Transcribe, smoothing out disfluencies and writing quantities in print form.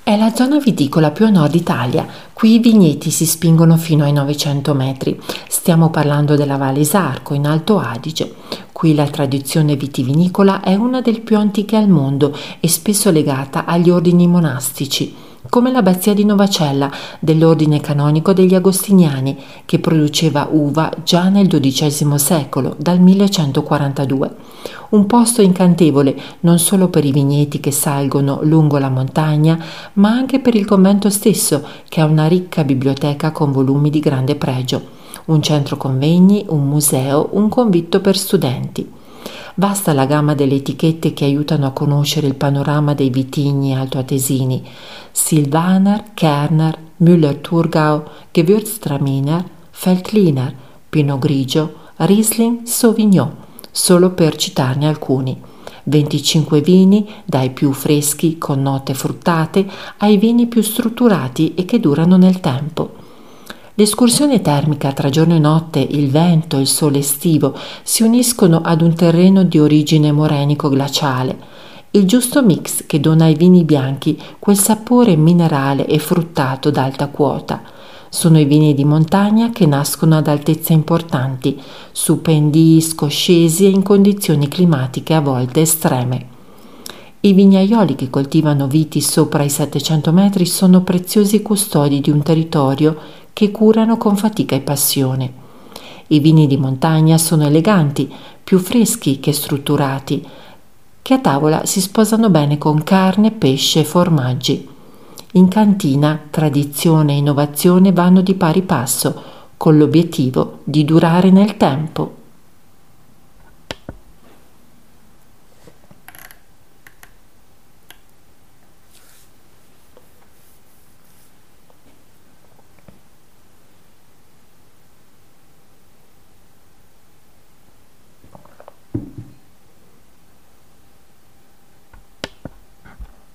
È la zona viticola più a nord Italia. Qui i vigneti si spingono fino ai 900 metri. Stiamo parlando della Valle Isarco, in Alto Adige. Qui la tradizione vitivinicola è una delle più antiche al mondo e spesso legata agli ordini monastici, come l'abbazia di Novacella, dell'ordine canonico degli Agostiniani, che produceva uva già nel XII secolo, dal 1142. Un posto incantevole non solo per i vigneti che salgono lungo la montagna, ma anche per il convento stesso, che ha una ricca biblioteca con volumi di grande pregio, un centro convegni, un museo, un convitto per studenti. Vasta la gamma delle etichette che aiutano a conoscere il panorama dei vitigni altoatesini: Silvaner, Kerner, Müller-Thurgau, Gewürztraminer, Veltliner, Pinot Grigio, Riesling, Sauvignon, solo per citarne alcuni. 25 vini, dai più freschi con note fruttate ai vini più strutturati e che durano nel tempo. L'escursione termica tra giorno e notte, il vento e il sole estivo si uniscono ad un terreno di origine morenico-glaciale, il giusto mix che dona ai vini bianchi quel sapore minerale e fruttato d'alta quota. Sono i vini di montagna che nascono ad altezze importanti, su pendii scoscesi e in condizioni climatiche a volte estreme. I vignaioli che coltivano viti sopra i 700 metri sono preziosi custodi di un territorio che curano con fatica e passione. I vini di montagna sono eleganti, più freschi che strutturati, che a tavola si sposano bene con carne, pesce e formaggi. In cantina tradizione e innovazione vanno di pari passo, con l'obiettivo di durare nel tempo.